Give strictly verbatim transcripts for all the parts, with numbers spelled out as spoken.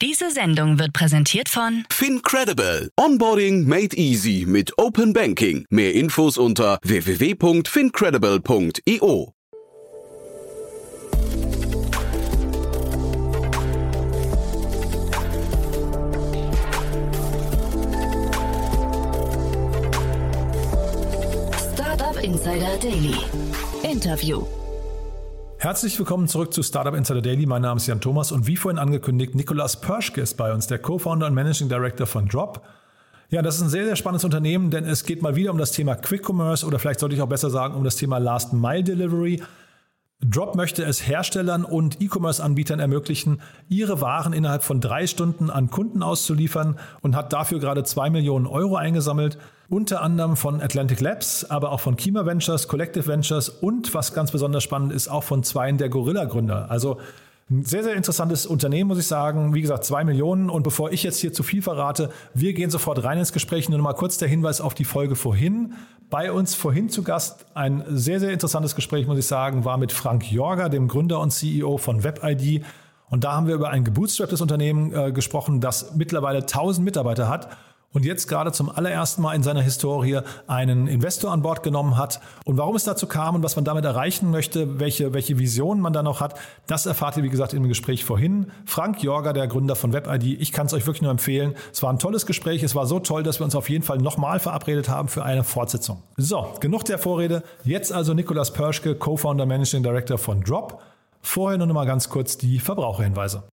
Diese Sendung wird präsentiert von FinCredible. Onboarding made easy mit Open Banking. Mehr Infos unter w w w punkt fincredible punkt i o. Startup Insider Daily. Interview. Herzlich willkommen zurück zu Startup Insider Daily. Mein Name ist Jan Thomas und wie vorhin angekündigt, Nicolas Pörschke ist bei uns, der Co-Founder und Managing Director von Drop. Ja, das ist ein sehr, sehr spannendes Unternehmen, denn es geht mal wieder um das Thema Quick Commerce oder vielleicht sollte ich auch besser sagen, um das Thema Last Mile Delivery. Drop möchte es Herstellern und E-Commerce-Anbietern ermöglichen, ihre Waren innerhalb von drei Stunden an Kunden auszuliefern und hat dafür gerade zwei Millionen Euro eingesammelt. Unter anderem von Atlantic Labs, aber auch von Kima Ventures, Collective Ventures und, was ganz besonders spannend ist, auch von zweien der Gorilla-Gründer. Also ein sehr, sehr interessantes Unternehmen, muss ich sagen. Wie gesagt, zwei Millionen. Und bevor ich jetzt hier zu viel verrate, wir gehen sofort rein ins Gespräch. Nur noch mal kurz der Hinweis auf die Folge vorhin. Bei uns vorhin zu Gast ein sehr, sehr interessantes Gespräch, muss ich sagen, war mit Frank Jorger, dem Gründer und C E O von WebID. Und da haben wir über ein gebootstrapptes Unternehmen äh, gesprochen, das mittlerweile tausend Mitarbeiter hat. Und jetzt gerade zum allerersten Mal in seiner Historie einen Investor an Bord genommen hat. Und warum es dazu kam und was man damit erreichen möchte, welche, welche Visionen man da noch hat, das erfahrt ihr, wie gesagt, im Gespräch vorhin. Frank Jorger, der Gründer von WebID, ich kann es euch wirklich nur empfehlen. Es war ein tolles Gespräch, es war so toll, dass wir uns auf jeden Fall nochmal verabredet haben für eine Fortsetzung. So, genug der Vorrede. Jetzt also Nicolas Pörschke, Co-Founder, Managing Director von Drop. Vorher nur noch mal ganz kurz die Verbraucherhinweise.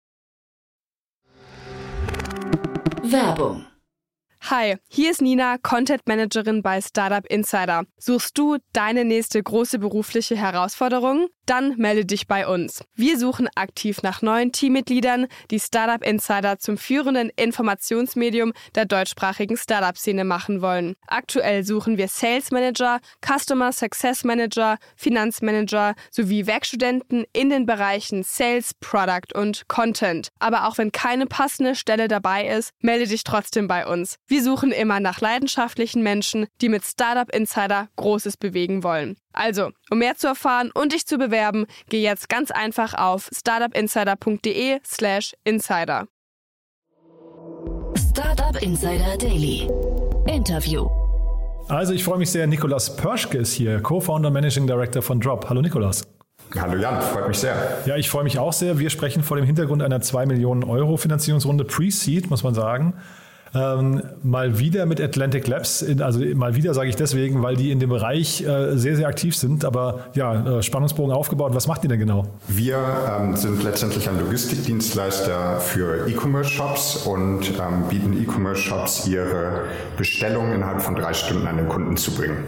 Werbung. Hi, hier ist Nina, Content Managerin bei Startup Insider. Suchst du deine nächste große berufliche Herausforderung? Dann melde dich bei uns. Wir suchen aktiv nach neuen Teammitgliedern, die Startup Insider zum führenden Informationsmedium der deutschsprachigen Startup-Szene machen wollen. Aktuell suchen wir Sales Manager, Customer Success Manager, Finanzmanager sowie Werkstudenten in den Bereichen Sales, Product und Content. Aber auch wenn keine passende Stelle dabei ist, melde dich trotzdem bei uns. Wir suchen immer nach leidenschaftlichen Menschen, die mit Startup Insider Großes bewegen wollen. Also, um mehr zu erfahren und dich zu bewerben, geh jetzt ganz einfach auf startupinsider punkt de slash insider. Startup Insider Daily. Interview. Also ich freue mich sehr, Nicolas Pörschke ist hier, Co-Founder, Managing Director von Drop. Hallo Nicolas. Hallo Jan, freut mich sehr. Ja, ich freue mich auch sehr. Wir sprechen vor dem Hintergrund einer zwei Millionen Euro Finanzierungsrunde, Pre-Seed, muss man sagen. Ähm, mal wieder mit Atlantic Labs, in, also mal wieder sage ich deswegen, weil die in dem Bereich äh, sehr, sehr aktiv sind, aber ja, äh, Spannungsbogen aufgebaut. Was macht ihr denn genau? Wir ähm, sind letztendlich ein Logistikdienstleister für E-Commerce-Shops und ähm, bieten E-Commerce-Shops ihre Bestellungen innerhalb von drei Stunden an den Kunden zu bringen.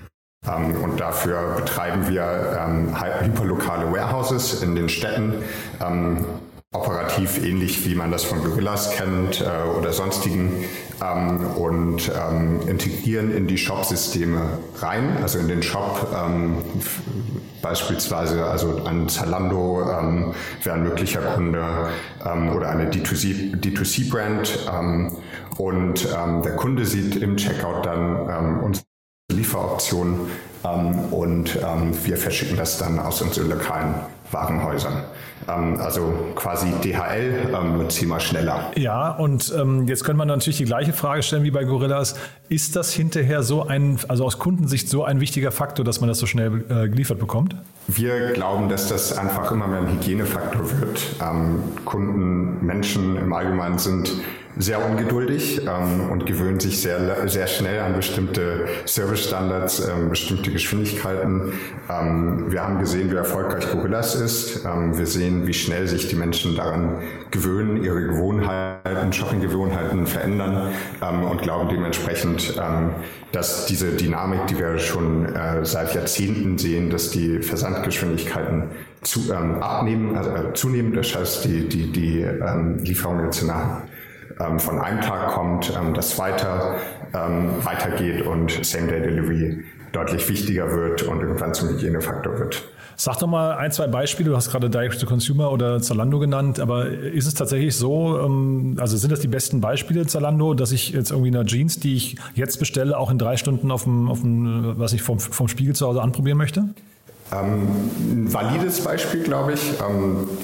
Ähm, und dafür betreiben wir ähm, hyperlokale Warehouses in den Städten, ähm, operativ ähnlich wie man das von Gorillas kennt äh, oder sonstigen ähm, und ähm, integrieren in die Shop-Systeme rein, also in den Shop ähm, f- beispielsweise also an Zalando ähm, wäre ein möglicher Kunde ähm, oder eine D zwei C, D zwei C-Brand ähm, und ähm, der Kunde sieht im Checkout dann ähm, unsere Lieferoptionen ähm, und ähm, wir verschicken das dann aus unseren lokalen Warenhäusern. Ähm, also quasi D H L, ähm, zehnmal schneller. Ja, und ähm, jetzt könnte man natürlich die gleiche Frage stellen wie bei Gorillas. Ist das hinterher so ein, also aus Kundensicht so ein wichtiger Faktor, dass man das so schnell äh, geliefert bekommt? Wir glauben, dass das einfach immer mehr ein Hygienefaktor wird. Ähm, Kunden, Menschen im Allgemeinen sind sehr ungeduldig ähm, und gewöhnen sich sehr, sehr schnell an bestimmte Servicestandards, ähm, bestimmte Geschwindigkeiten. Ähm, wir haben gesehen, wie erfolgreich Gorillas ist. Ähm, wir sehen, wie schnell sich die Menschen daran gewöhnen, ihre Gewohnheiten, Shoppinggewohnheiten verändern ähm, und glauben dementsprechend, ähm, dass diese Dynamik, die wir schon äh, seit Jahrzehnten sehen, dass die Versandgeschwindigkeiten zu, ähm, abnehmen, also äh, zunehmen. Das heißt, die, die, die ähm, Lieferung jetzt nach von einem Tag kommt, das weiter ähm, weitergeht und Same-Day-Delivery deutlich wichtiger wird und irgendwann zum Hygienefaktor wird. Sag doch mal ein, zwei Beispiele. Du hast gerade Direct-to-Consumer oder Zalando genannt, aber ist es tatsächlich so, ähm, also sind das die besten Beispiele Zalando, dass ich jetzt irgendwie eine Jeans, die ich jetzt bestelle, auch in drei Stunden auf dem, auf dem was ich vom, vom Spiegel zu Hause anprobieren möchte? Ähm, ein valides Beispiel, glaube ich. Ähm,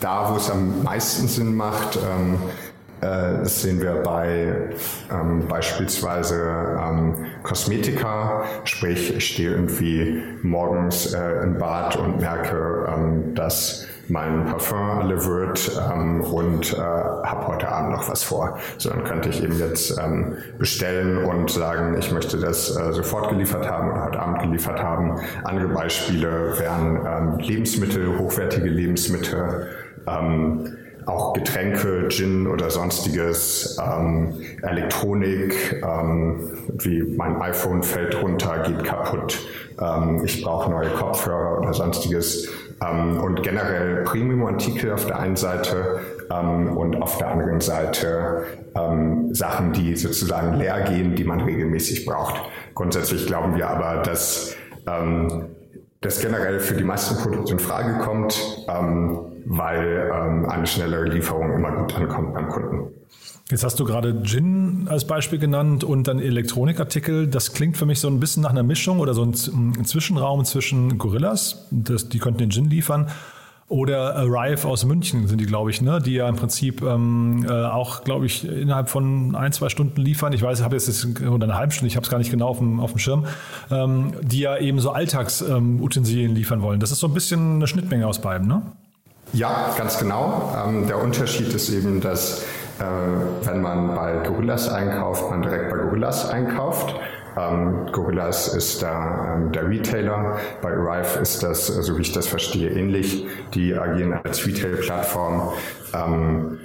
da, wo es am meisten Sinn macht, ähm, Das sehen wir bei ähm, beispielsweise ähm, Kosmetika, sprich ich stehe irgendwie morgens äh, im Bad und merke, ähm, dass mein Parfum alle wird ähm, und äh, habe heute Abend noch was vor. So, dann könnte ich eben jetzt ähm, bestellen und sagen, ich möchte das äh, sofort geliefert haben oder heute Abend geliefert haben. Andere Beispiele wären ähm, Lebensmittel, hochwertige Lebensmittel, ähm, auch Getränke, Gin oder sonstiges, ähm, Elektronik, ähm, wie mein iPhone fällt runter, geht kaputt, ähm, ich brauche neue Kopfhörer oder sonstiges, ähm, und generell Premium-Artikel auf der einen Seite ähm, und auf der anderen Seite ähm, Sachen, die sozusagen leer gehen, die man regelmäßig braucht. Grundsätzlich glauben wir aber, dass ähm, das generell für die meisten Produkte in Frage kommt, ähm, weil ähm, eine schnellere Lieferung immer gut ankommt beim Kunden. Jetzt hast du gerade Gin als Beispiel genannt und dann Elektronikartikel. Das klingt für mich so ein bisschen nach einer Mischung oder so ein, ein Zwischenraum zwischen Gorillas, das, die könnten den Gin liefern, oder Arrive aus München sind die, glaube ich, ne? Die ja im Prinzip ähm, äh, auch, glaube ich, innerhalb von ein, zwei Stunden liefern. Ich weiß, ich habe jetzt das, oder eine halbe Stunde, ich habe es gar nicht genau auf dem, auf dem Schirm, ähm, die ja eben so Alltagsutensilien ähm, liefern wollen. Das ist so ein bisschen eine Schnittmenge aus beiden, ne? Ja, ganz genau. Ähm, der Unterschied ist eben, dass äh, wenn man bei Gorillas einkauft, man direkt bei Gorillas einkauft. Ähm, Gorillas ist da ähm, der Retailer, bei Arrive ist das, so wie ich das verstehe, ähnlich. Die agieren als Retail-Plattform. Ähm,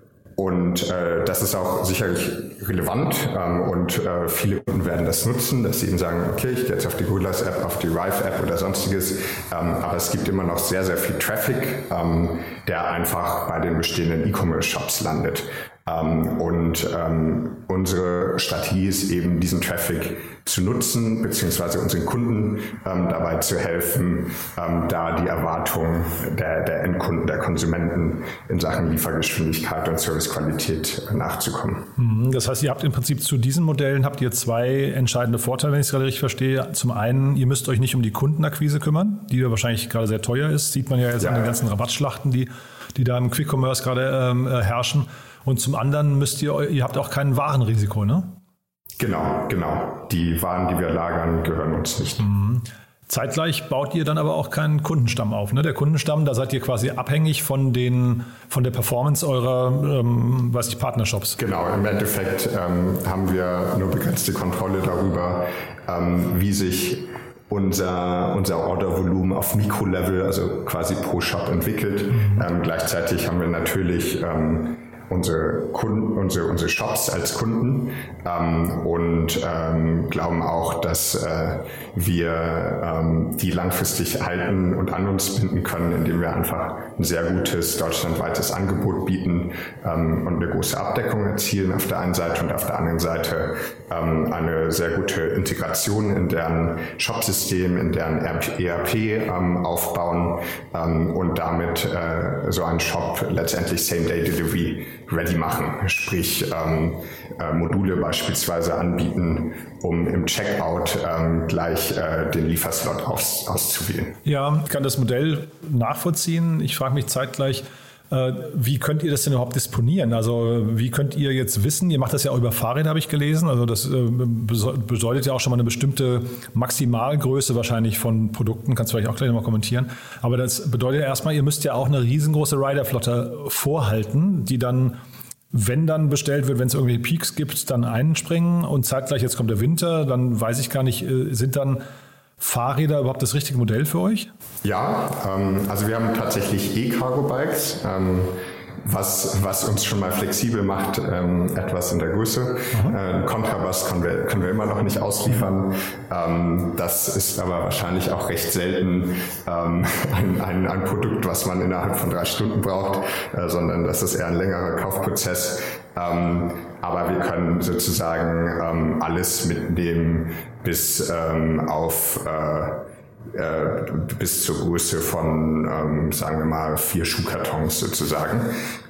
Und äh, das ist auch sicherlich relevant ähm, und äh, viele Kunden werden das nutzen, dass sie eben sagen, okay, ich gehe jetzt auf die Gorillas-App, auf die Arrive-App oder sonstiges. Ähm, aber es gibt immer noch sehr, sehr viel Traffic, ähm, der einfach bei den bestehenden E-Commerce-Shops landet. Ähm, und ähm, unsere Strategie ist eben, diesen Traffic zu nutzen, beziehungsweise unseren Kunden ähm, dabei zu helfen, ähm, da die Erwartungen der, der Endkunden, der Konsumenten in Sachen Liefergeschwindigkeit und Servicequalität nachzukommen. Das heißt, ihr habt im Prinzip zu diesen Modellen habt ihr zwei entscheidende Vorteile, wenn ich es gerade richtig verstehe. Zum einen, ihr müsst euch nicht um die Kundenakquise kümmern, die ja wahrscheinlich gerade sehr teuer ist. Sieht man ja jetzt ja. an den ganzen Rabattschlachten, die, die da im Quick-Commerce gerade ähm, herrschen. Und zum anderen müsst ihr, ihr habt auch kein Warenrisiko, ne? Genau, genau. Die Waren, die wir lagern, gehören uns nicht. Mhm. Zeitgleich baut ihr dann aber auch keinen Kundenstamm auf, ne? Der Kundenstamm, da seid ihr quasi abhängig von den, von der Performance eurer, ähm, weiß ich, Partnershops. Genau, im Endeffekt ähm, haben wir nur begrenzte Kontrolle darüber, ähm, wie sich unser, unser Ordervolumen auf Mikrolevel, also quasi pro Shop entwickelt. Mhm. Ähm, gleichzeitig haben wir natürlich ähm, unsere Kunden, unsere, unsere Shops als Kunden ähm, und ähm, glauben auch, dass äh, wir ähm, die langfristig halten und an uns binden können, indem wir einfach ein sehr gutes deutschlandweites Angebot bieten ähm, und eine große Abdeckung erzielen auf der einen Seite und auf der anderen Seite ähm, eine sehr gute Integration in deren Shopsystem, in deren E R P ähm, aufbauen ähm, und damit äh, so einen Shop letztendlich Same-Day-Delivery ready machen, sprich ähm, äh, Module beispielsweise anbieten, um im Checkout ähm, gleich äh, den Lieferslot aus, auszuwählen. Ja, ich kann das Modell nachvollziehen. Ich frage mich zeitgleich, äh, wie könnt ihr das denn überhaupt disponieren? Also wie könnt ihr jetzt wissen, ihr macht das ja auch über Fahrräder, habe ich gelesen, also das äh, bedeutet ja auch schon mal eine bestimmte Maximalgröße wahrscheinlich von Produkten, kannst du vielleicht auch gleich nochmal kommentieren, aber das bedeutet ja erstmal, ihr müsst ja auch eine riesengroße Riderflotte vorhalten, die dann, wenn dann bestellt wird, wenn es irgendwelche Peaks gibt, dann einspringen und zeitgleich, jetzt kommt der Winter, dann weiß ich gar nicht, sind dann Fahrräder überhaupt das richtige Modell für euch? Ja, ähm, also wir haben tatsächlich E-Cargo-Bikes, ähm, was, was uns schon mal flexibel macht, ähm, etwas in der Größe. Äh, Kontrabas können wir, können wir immer noch nicht ausliefern. Ähm, das ist aber wahrscheinlich auch recht selten ähm, ein, ein, ein Produkt, was man innerhalb von drei Stunden braucht, äh, sondern das ist eher ein längerer Kaufprozess. Ähm, aber wir können sozusagen ähm, alles mitnehmen bis ähm, auf äh, äh, bis zur Größe von, ähm, sagen wir mal, vier Schuhkartons sozusagen.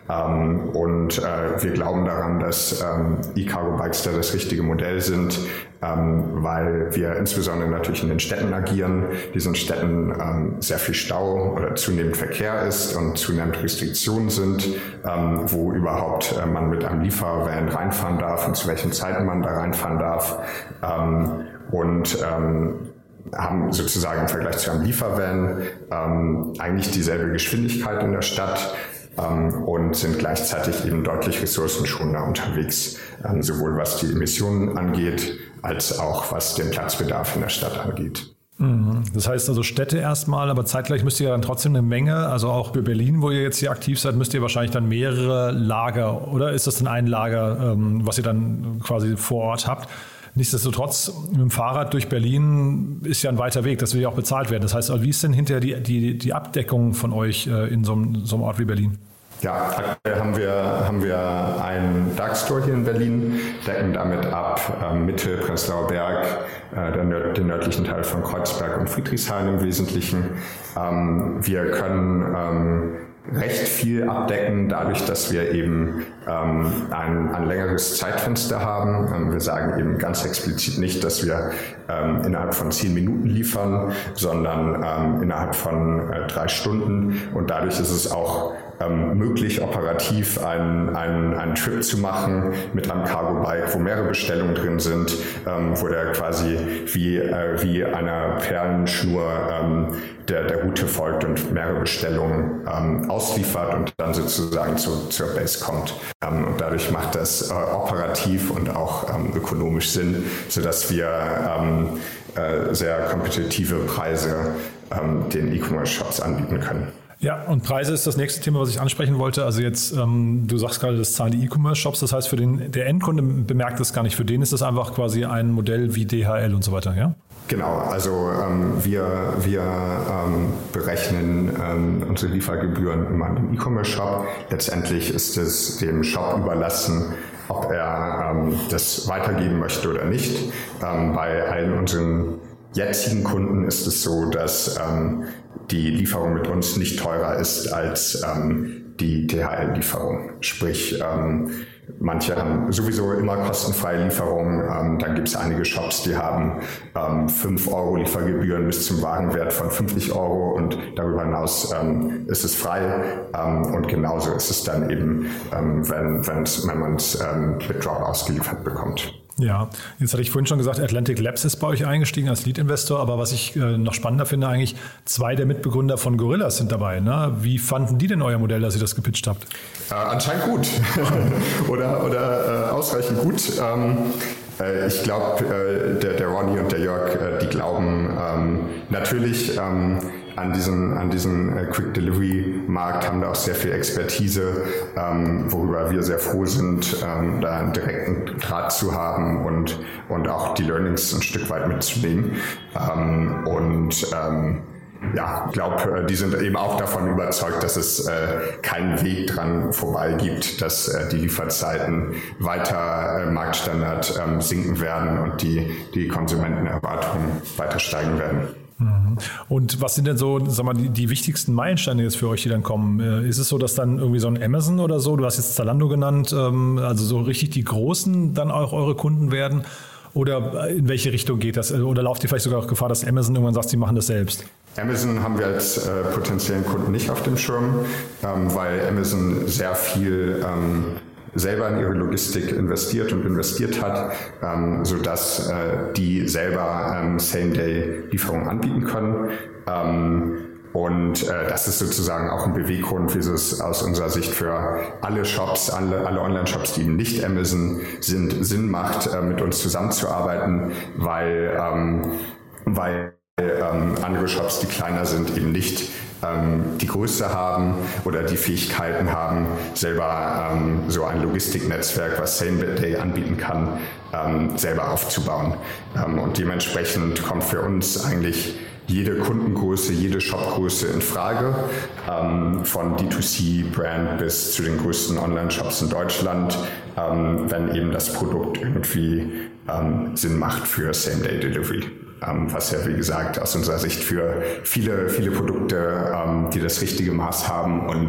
Ähm, und äh, wir glauben daran, dass ähm, E-Cargo-Bikes da das richtige Modell sind, ähm, weil wir insbesondere natürlich in den Städten agieren. Diesen Städten ähm, sehr viel Stau oder zunehmend Verkehr ist und zunehmend Restriktionen sind, ähm, wo überhaupt äh, man mit einem Liefervan reinfahren darf und zu welchen Zeiten man da reinfahren darf. Ähm, und ähm, haben sozusagen im Vergleich zu einem Liefervan ähm, eigentlich dieselbe Geschwindigkeit in der Stadt ähm, und sind gleichzeitig eben deutlich ressourcenschonender unterwegs, ähm, sowohl was die Emissionen angeht, als auch was den Platzbedarf in der Stadt angeht. Das heißt also Städte erstmal, aber zeitgleich müsst ihr ja dann trotzdem eine Menge, also auch für Berlin, wo ihr jetzt hier aktiv seid, müsst ihr wahrscheinlich dann mehrere Lager, oder ist das denn ein Lager, ähm, was ihr dann quasi vor Ort habt? Nichtsdestotrotz, mit dem Fahrrad durch Berlin ist ja ein weiter Weg, das will ja auch bezahlt werden. Das heißt, wie ist denn hinterher die, die, die Abdeckung von euch in so einem, so einem Ort wie Berlin? Ja, aktuell haben wir, haben wir einen Dark Store hier in Berlin, decken damit ab äh, Mitte, Prenzlauer Berg, äh, den, den nördlichen Teil von Kreuzberg und Friedrichshain im Wesentlichen. Ähm, wir können ähm, recht viel abdecken, dadurch, dass wir eben ähm, ein, ein längeres Zeitfenster haben. Ähm, wir sagen eben ganz explizit nicht, dass wir ähm, innerhalb von zehn Minuten liefern, sondern ähm, innerhalb von äh, drei Stunden. Und dadurch ist es auch ähm, möglich, operativ einen, einen, einen Trip zu machen mit einem Cargo-Bike, wo mehrere Bestellungen drin sind, ähm, wo der quasi wie, äh, wie einer Perlenschnur ähm, der, der Route folgt und mehrere Bestellungen ähm, ausliefert und dann sozusagen zu, zur Base kommt. Ähm, und dadurch macht das äh, operativ und auch ähm, ökonomisch Sinn, sodass wir ähm, äh, sehr kompetitive Preise ähm, den E-Commerce-Shops anbieten können. Ja, und Preise ist das nächste Thema, was ich ansprechen wollte. Also jetzt, ähm, du sagst gerade, das zahlen die E-Commerce-Shops. Das heißt, für den der Endkunde bemerkt das gar nicht. Für den ist das einfach quasi ein Modell wie D H L und so weiter, ja? Genau, also ähm, wir, wir ähm, berechnen ähm, unsere Liefergebühren immer an den E-Commerce-Shop. Letztendlich ist es dem Shop überlassen, ob er ähm, das weitergeben möchte oder nicht. Ähm, bei allen unseren jetzigen Kunden ist es so, dass ähm, die Lieferung mit uns nicht teurer ist als ähm, die D H L-Lieferung. Sprich, ähm, manche haben sowieso immer kostenfreie Lieferungen. Ähm, dann gibt es einige Shops, die haben ähm, fünf Euro Liefergebühren bis zum Warenwert von fünfzig Euro und darüber hinaus ähm, ist es frei. Ähm, und genauso ist es dann eben, ähm, wenn, wenn man es ähm, mit Drop ausgeliefert bekommt. Ja, jetzt hatte ich vorhin schon gesagt, Atlantic Labs ist bei euch eingestiegen als Lead-Investor, aber was ich äh, noch spannender finde eigentlich, zwei der Mitbegründer von Gorillas sind dabei. Ne? Wie fanden die denn euer Modell, dass ihr das gepitcht habt? Äh, anscheinend gut oder, oder äh, ausreichend gut. Ähm, äh, ich glaube, äh, der, der Ronny und der Jörg, äh, die glauben ähm, natürlich ähm, an diesen, an diesen äh, Quick-Delivery-Markt, haben da auch sehr viel Expertise, ähm, worüber wir sehr froh sind, ähm, da einen direkten Draht zu haben und, und auch die Learnings ein Stück weit mitzunehmen. Ähm, und ähm, ja, ich glaube, die sind eben auch davon überzeugt, dass es äh, keinen Weg dran vorbei gibt, dass äh, die Lieferzeiten weiter äh, Marktstandard ähm, sinken werden und die, die Konsumentenerwartungen weiter steigen werden. Und was sind denn so, sag mal, die, die wichtigsten Meilensteine jetzt für euch, die dann kommen? Ist es so, dass dann irgendwie so ein Amazon oder so, du hast jetzt Zalando genannt, also so richtig die Großen dann auch eure Kunden werden? Oder in welche Richtung geht das? Oder lauft ihr vielleicht sogar auch Gefahr, dass Amazon irgendwann sagt, sie machen das selbst? Amazon haben wir als äh, potenziellen Kunden nicht auf dem Schirm, ähm, weil Amazon sehr viel ähm, selber in ihre Logistik investiert und investiert hat, ähm, sodass äh, die selber ähm, Same-Day-Lieferungen anbieten können. Ähm, und äh, das ist sozusagen auch ein Beweggrund, wie es aus unserer Sicht für alle Shops, alle, alle Online-Shops, die eben nicht Amazon sind, Sinn macht, äh, mit uns zusammenzuarbeiten, weil, ähm, weil ähm, andere Shops, die kleiner sind, eben nicht die Größe haben oder die Fähigkeiten haben, selber ähm, so ein Logistiknetzwerk, was Same-Day anbieten kann, ähm, selber aufzubauen. Ähm, und dementsprechend kommt für uns eigentlich jede Kundengröße, jede Shopgröße in Frage, ähm, von D zwei C-Brand bis zu den größten Online-Shops in Deutschland, ähm, wenn eben das Produkt irgendwie ähm, Sinn macht für Same-Day-Delivery. Ähm, was ja, wie gesagt, aus unserer Sicht für viele, viele Produkte, ähm, die das richtige Maß haben und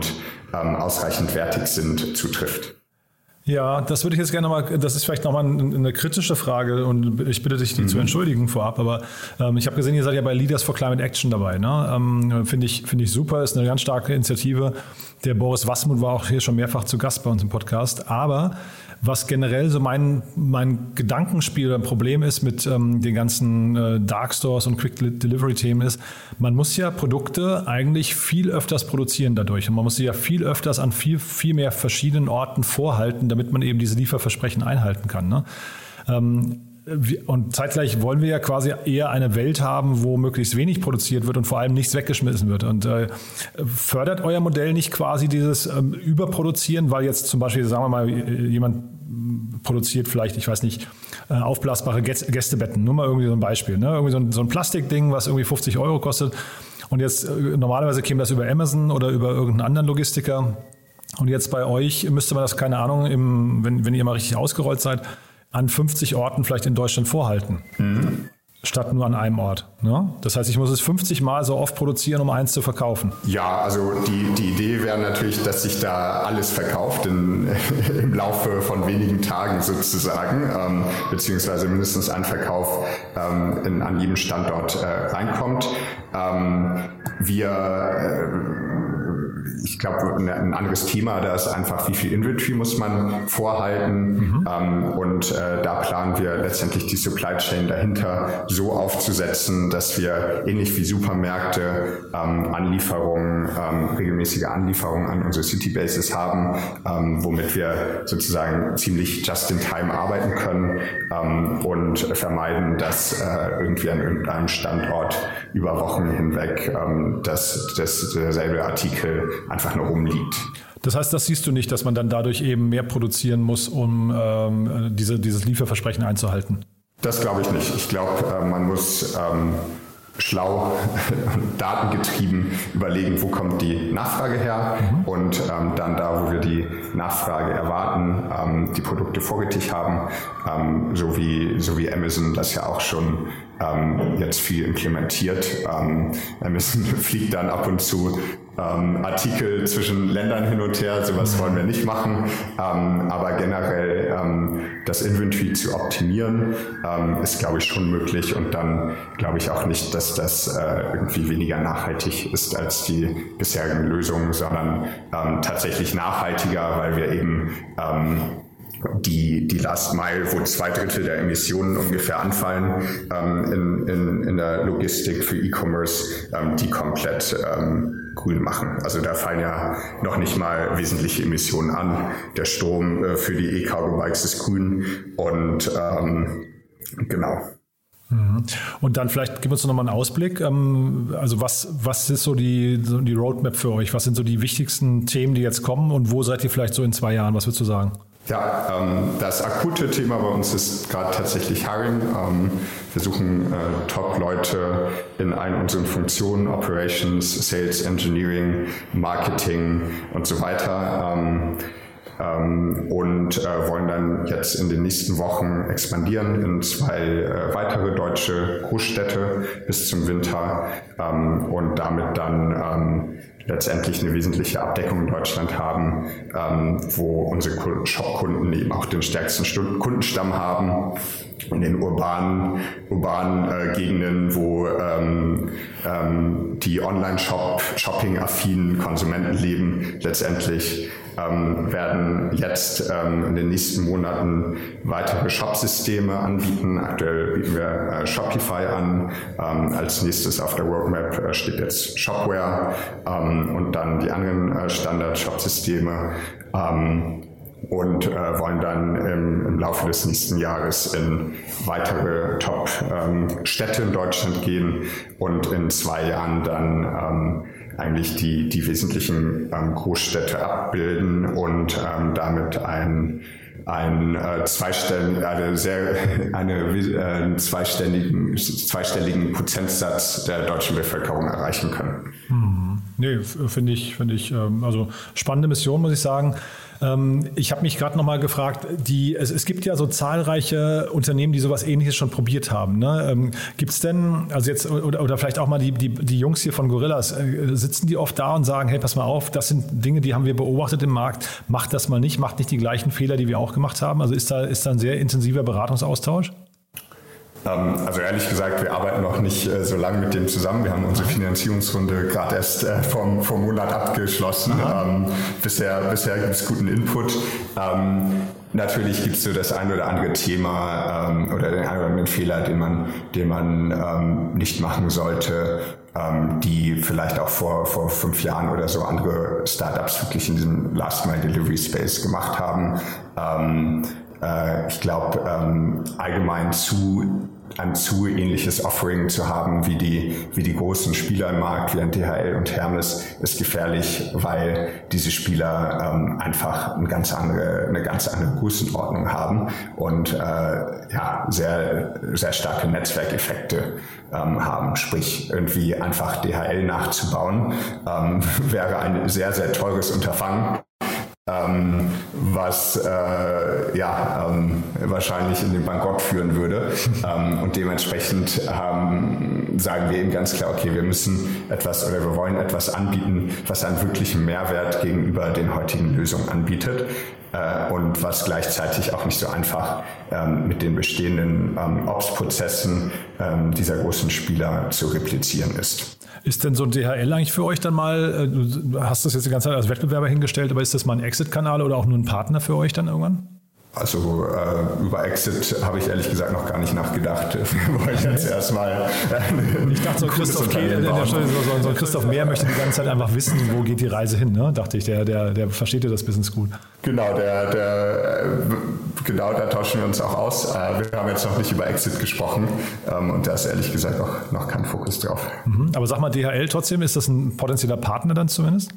ähm, ausreichend wertig sind, zutrifft. Ja, das würde ich jetzt gerne nochmal, das ist vielleicht nochmal eine kritische Frage und ich bitte dich, die mhm. zu entschuldigen vorab, aber ähm, ich habe gesehen, ihr seid ja bei Leaders for Climate Action dabei, ne? Ähm, finde ich, finde ich super, ist eine ganz starke Initiative. Der Boris Wasmut war auch hier schon mehrfach zu Gast bei uns im Podcast, aber was generell so mein, mein Gedankenspiel oder ein Problem ist mit ähm, den ganzen äh, Dark Stores und Quick Delivery Themen ist, man muss ja Produkte eigentlich viel öfters produzieren dadurch und man muss sie ja viel öfters an viel, viel mehr verschiedenen Orten vorhalten, damit man eben diese Lieferversprechen einhalten kann. Ne? Ähm, Und zeitgleich wollen wir ja quasi eher eine Welt haben, wo möglichst wenig produziert wird und vor allem nichts weggeschmissen wird. Und äh, fördert euer Modell nicht quasi dieses ähm, Überproduzieren, weil jetzt zum Beispiel, sagen wir mal, jemand produziert vielleicht, ich weiß nicht, äh, aufblasbare Gästebetten, nur mal irgendwie so ein Beispiel, ne? Irgendwie so ein, so ein Plastikding, was irgendwie fünfzig Euro kostet. Und jetzt äh, normalerweise käme das über Amazon oder über irgendeinen anderen Logistiker. Und jetzt bei euch müsste man das, keine Ahnung, im, wenn, wenn ihr mal richtig ausgerollt seid, an fünfzig Orten vielleicht in Deutschland vorhalten, mhm. statt nur an einem Ort. Ne? Das heißt, ich muss es fünfzig Mal so oft produzieren, um eins zu verkaufen. Ja, also die, die Idee wäre natürlich, dass sich da alles verkauft in, im Laufe von wenigen Tagen sozusagen, ähm, beziehungsweise mindestens ein Verkauf ähm, in, an jedem Standort äh, reinkommt. Ähm, wir äh, Ich glaube, ein anderes Thema, da ist einfach, wie viel Inventory muss man vorhalten. Mhm. Ähm, und äh, da planen wir letztendlich die Supply Chain dahinter so aufzusetzen, dass wir ähnlich wie Supermärkte ähm, Anlieferungen, ähm, regelmäßige Anlieferungen an unsere City-Bases haben, ähm, womit wir sozusagen ziemlich just in time arbeiten können ähm, und vermeiden, dass äh, irgendwie an irgendeinem Standort über Wochen hinweg ähm, dass, dass derselbe Artikel einfach nur rumliegt. Das heißt, das siehst du nicht, dass man dann dadurch eben mehr produzieren muss, um ähm, diese, dieses Lieferversprechen einzuhalten? Das glaube ich nicht. Ich glaube, äh, man muss ähm, schlau, datengetrieben überlegen, wo kommt die Nachfrage her mhm. und ähm, dann da, wo wir die Nachfrage erwarten, ähm, die Produkte vorrätig haben, ähm, so wie, so wie Amazon das ja auch schon ähm, jetzt viel implementiert. Ähm, Amazon fliegt dann ab und zu Ähm, Artikel zwischen Ländern hin und her, sowas wollen wir nicht machen, ähm, aber generell ähm, das Inventory zu optimieren, ähm, ist, glaube ich, schon möglich und dann glaube ich auch nicht, dass das äh, irgendwie weniger nachhaltig ist als die bisherigen Lösungen, sondern ähm, tatsächlich nachhaltiger, weil wir eben ähm, die, die Last Mile, wo zwei Drittel der Emissionen ungefähr anfallen, ähm, in, in, in der Logistik für E-Commerce, ähm, die komplett ähm, grün machen. Also da fallen ja noch nicht mal wesentliche Emissionen an. Der Strom äh, für die E-Cargo-Bikes ist grün und ähm, genau. Und dann vielleicht gib uns noch mal einen Ausblick. Also was, was ist so die, so die Roadmap für euch? Was sind so die wichtigsten Themen, die jetzt kommen und wo seid ihr vielleicht so in zwei Jahren? Was würdest du sagen? Ja, ähm, das akute Thema bei uns ist gerade tatsächlich Hiring. Ähm, wir suchen äh, Top-Leute in allen unseren Funktionen, Operations, Sales, Engineering, Marketing und so weiter. Ähm, ähm, und äh, wollen dann jetzt in den nächsten Wochen expandieren in zwei äh, weitere deutsche Großstädte bis zum Winter ähm, und damit dann ähm, letztendlich eine wesentliche Abdeckung in Deutschland haben, ähm, wo unsere Shop-Kunden eben auch den stärksten Stu- Kundenstamm haben. In den urbanen, urbanen äh, Gegenden, wo ähm, ähm, die Online-Shop-Shopping-affinen Konsumenten leben, letztendlich ähm, werden jetzt ähm, in den nächsten Monaten weitere Shop-Systeme anbieten. Aktuell bieten wir äh, Shopify an. Ähm, als nächstes auf der Roadmap äh, steht jetzt Shopware ähm, und dann die anderen äh, Standard-Shop-Systeme. Ähm, und äh, wollen dann im, im Laufe des nächsten Jahres in weitere Top-Städte ähm, in Deutschland gehen und in zwei Jahren dann ähm, eigentlich die, die wesentlichen ähm, Großstädte abbilden und ähm, damit ein ein äh, zweistelligen, eine sehr, eine, äh, zweistelligen, zweistelligen Prozentsatz der deutschen Bevölkerung erreichen können. Hm. Nee, finde ich, finde ich, ähm, also spannende Mission, muss ich sagen. Ähm, ich habe mich gerade noch mal gefragt, die, es, es gibt ja so zahlreiche Unternehmen, die sowas Ähnliches schon probiert haben. Ne? Ähm, gibt es denn, also jetzt, oder, oder vielleicht auch mal die, die, die Jungs hier von Gorillas, äh, sitzen die oft da und sagen, hey, pass mal auf, das sind Dinge, die haben wir beobachtet im Markt, macht das mal nicht, macht nicht die gleichen Fehler, die wir auch gemacht haben. Also ist da, ist da ein sehr intensiver Beratungsaustausch? Also ehrlich gesagt, wir arbeiten noch nicht äh, so lange mit dem zusammen. Wir haben unsere Finanzierungsrunde gerade erst äh, vom, vom Monat abgeschlossen. Ähm, bisher bisher gibt es guten Input. Ähm, natürlich gibt es so das ein oder andere Thema ähm, oder den einen oder anderen Fehler, den man, den man ähm, nicht machen sollte, ähm, die vielleicht auch vor, vor fünf Jahren oder so andere Startups wirklich in diesem Last-Mile-Delivery-Space gemacht haben. Ähm, Ich glaube, ähm, allgemein zu ein zu ähnliches Offering zu haben wie die wie die großen Spieler im Markt, wie ein D H L und Hermes, ist gefährlich, weil diese Spieler ähm, einfach eine ganz andere eine ganz andere Größenordnung haben und äh, ja sehr sehr starke Netzwerkeffekte ähm, haben. Sprich, irgendwie einfach D H L nachzubauen ähm, wäre ein sehr sehr teures Unterfangen. Ähm, was äh, ja ähm, wahrscheinlich in den Bankrott führen würde. ähm, und dementsprechend ähm, sagen wir eben ganz klar, okay, wir müssen etwas oder wir wollen etwas anbieten, was einen wirklichen Mehrwert gegenüber den heutigen Lösungen anbietet. Äh, und was gleichzeitig auch nicht so einfach ähm, mit den bestehenden ähm, Ops-Prozessen ähm, dieser großen Spieler zu replizieren ist. Ist denn so ein D H L eigentlich für euch dann mal, du hast das jetzt die ganze Zeit als Wettbewerber hingestellt, aber ist das mal ein Exit-Kanal oder auch nur ein Partner für euch dann irgendwann? Also äh, über Exit habe ich ehrlich gesagt noch gar nicht nachgedacht. Wir wollen jetzt erstmal äh, Ich dachte, so Christoph, K, der, der, so, so Christoph Mehr möchte die ganze Zeit einfach wissen, wo geht die Reise hin, ne? Dachte ich, der, der, der versteht ja das Business gut. Genau, der, der, genau, da tauschen wir uns auch aus. Wir haben jetzt noch nicht über Exit gesprochen und da ist ehrlich gesagt auch noch kein Fokus drauf. Mhm, aber sag mal, D H L trotzdem, ist das ein potenzieller Partner dann zumindest?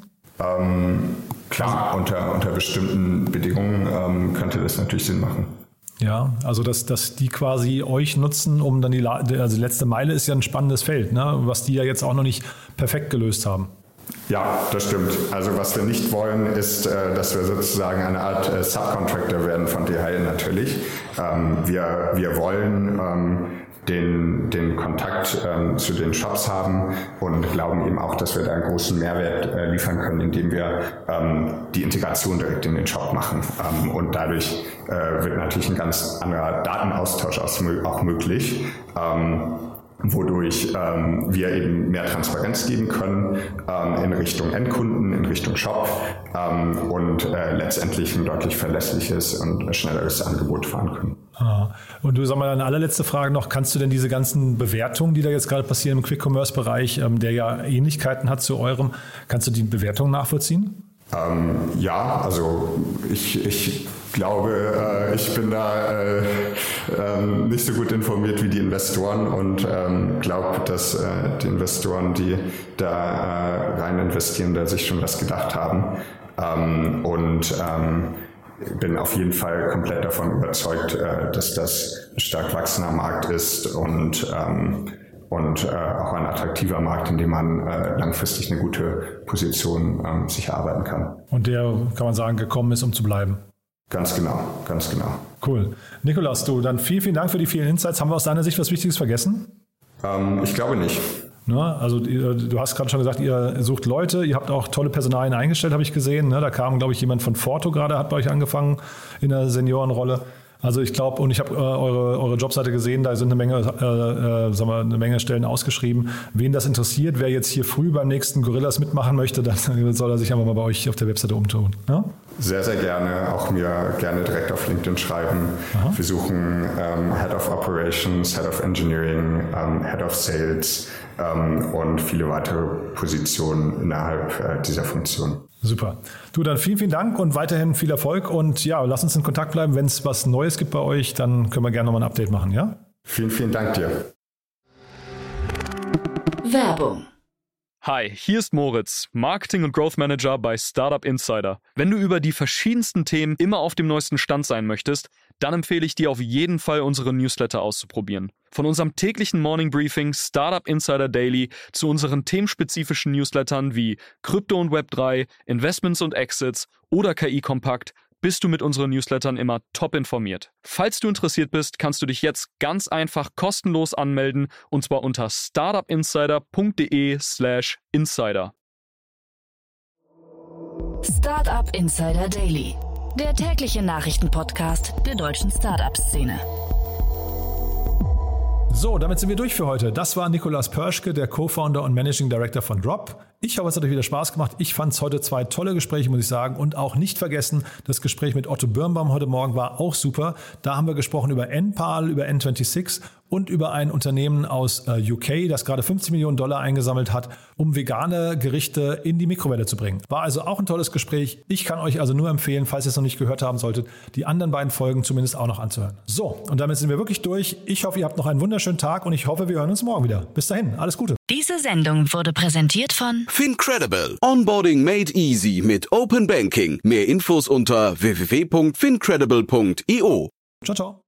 Ähm, klar, unter, unter bestimmten Bedingungen ähm, könnte das natürlich Sinn machen. Ja, also dass, dass die quasi euch nutzen, um dann die, also die letzte Meile ist ja ein spannendes Feld, ne? Was die ja jetzt auch noch nicht perfekt gelöst haben. Ja, das stimmt. Also was wir nicht wollen, ist, dass wir sozusagen eine Art Subcontractor werden von D H L natürlich. Wir, wir wollen den, den Kontakt zu den Shops haben und glauben eben auch, dass wir da einen großen Mehrwert liefern können, indem wir die Integration direkt in den Shop machen. Und dadurch wird natürlich ein ganz anderer Datenaustausch auch möglich. Wodurch ähm, wir eben mehr Transparenz geben können ähm, in Richtung Endkunden, in Richtung Shop ähm, und äh, letztendlich ein deutlich verlässliches und schnelleres Angebot fahren können. Ah. Und du, sag mal, eine allerletzte Frage noch, kannst du denn diese ganzen Bewertungen, die da jetzt gerade passieren im Quick-Commerce-Bereich, ähm, der ja Ähnlichkeiten hat zu eurem, kannst du die Bewertungen nachvollziehen? Ähm, ja, also ich, ich glaube, äh, ich bin da äh, äh, nicht so gut informiert wie die Investoren und ähm, glaube, dass äh, die Investoren, die da äh, rein investieren, da sich schon was gedacht haben. Ähm, und ähm, bin auf jeden Fall komplett davon überzeugt, äh, dass das ein stark wachsender Markt ist und ähm, und äh, auch ein attraktiver Markt, in dem man äh, langfristig eine gute Position ähm, sich erarbeiten kann. Und der, kann man sagen, gekommen ist, um zu bleiben. Ganz genau, ganz genau. Cool. Nikolaus, du, dann vielen, vielen Dank für die vielen Insights. Haben wir aus deiner Sicht was Wichtiges vergessen? Ähm, ich glaube nicht. Ne? Also du hast gerade schon gesagt, ihr sucht Leute, ihr habt auch tolle Personalien eingestellt, habe ich gesehen. Ne? Da kam, glaube ich, jemand von Forto gerade, hat bei euch angefangen in der Seniorenrolle. Also ich glaube, und ich habe äh, eure, eure Jobseite gesehen, da sind eine Menge, äh, äh, sagen wir, eine Menge Stellen ausgeschrieben. Wen das interessiert, wer jetzt hier früh beim nächsten Gorillas mitmachen möchte, dann soll er sich einfach mal bei euch auf der Webseite umtun. Ja? Sehr, sehr gerne. Auch mir gerne direkt auf LinkedIn schreiben. Aha. Wir suchen ähm, Head of Operations, Head of Engineering, ähm, Head of Sales ähm, und viele weitere Positionen innerhalb äh, dieser Funktion. Super. Du, dann vielen, vielen Dank und weiterhin viel Erfolg und ja, lass uns in Kontakt bleiben. Wenn es was Neues gibt bei euch, dann können wir gerne nochmal ein Update machen, ja? Vielen, vielen Dank dir. Werbung. Hi, hier ist Moritz, Marketing- und Growth Manager bei Startup Insider. Wenn du über die verschiedensten Themen immer auf dem neuesten Stand sein möchtest, dann empfehle ich dir auf jeden Fall, unsere Newsletter auszuprobieren. Von unserem täglichen Morning Briefing Startup Insider Daily zu unseren themenspezifischen Newslettern wie Krypto und Web drei, Investments und Exits oder K I Kompakt bist du mit unseren Newslettern immer top informiert. Falls du interessiert bist, kannst du dich jetzt ganz einfach kostenlos anmelden und zwar unter startupinsider.de slash insider. Startup Insider Daily, der tägliche Nachrichtenpodcast der deutschen Startup-Szene. So, damit sind wir durch für heute. Das war Nicolas Pörschke, der Co-Founder und Managing Director von Drop. Ich hoffe, es hat euch wieder Spaß gemacht. Ich fand es heute zwei tolle Gespräche, muss ich sagen. Und auch nicht vergessen, das Gespräch mit Otto Birnbaum heute Morgen war auch super. Da haben wir gesprochen über N P A L, über N sechsundzwanzig und über ein Unternehmen aus äh, U K, das gerade fünfzig Millionen Dollar eingesammelt hat, um vegane Gerichte in die Mikrowelle zu bringen. War also auch ein tolles Gespräch. Ich kann euch also nur empfehlen, falls ihr es noch nicht gehört haben solltet, die anderen beiden Folgen zumindest auch noch anzuhören. So, und damit sind wir wirklich durch. Ich hoffe, ihr habt noch einen wunderschönen Tag und ich hoffe, wir hören uns morgen wieder. Bis dahin, alles Gute. Diese Sendung wurde präsentiert von FinCredible. Onboarding made easy mit Open Banking. Mehr Infos unter w w w punkt fincredible punkt i o. Ciao, ciao.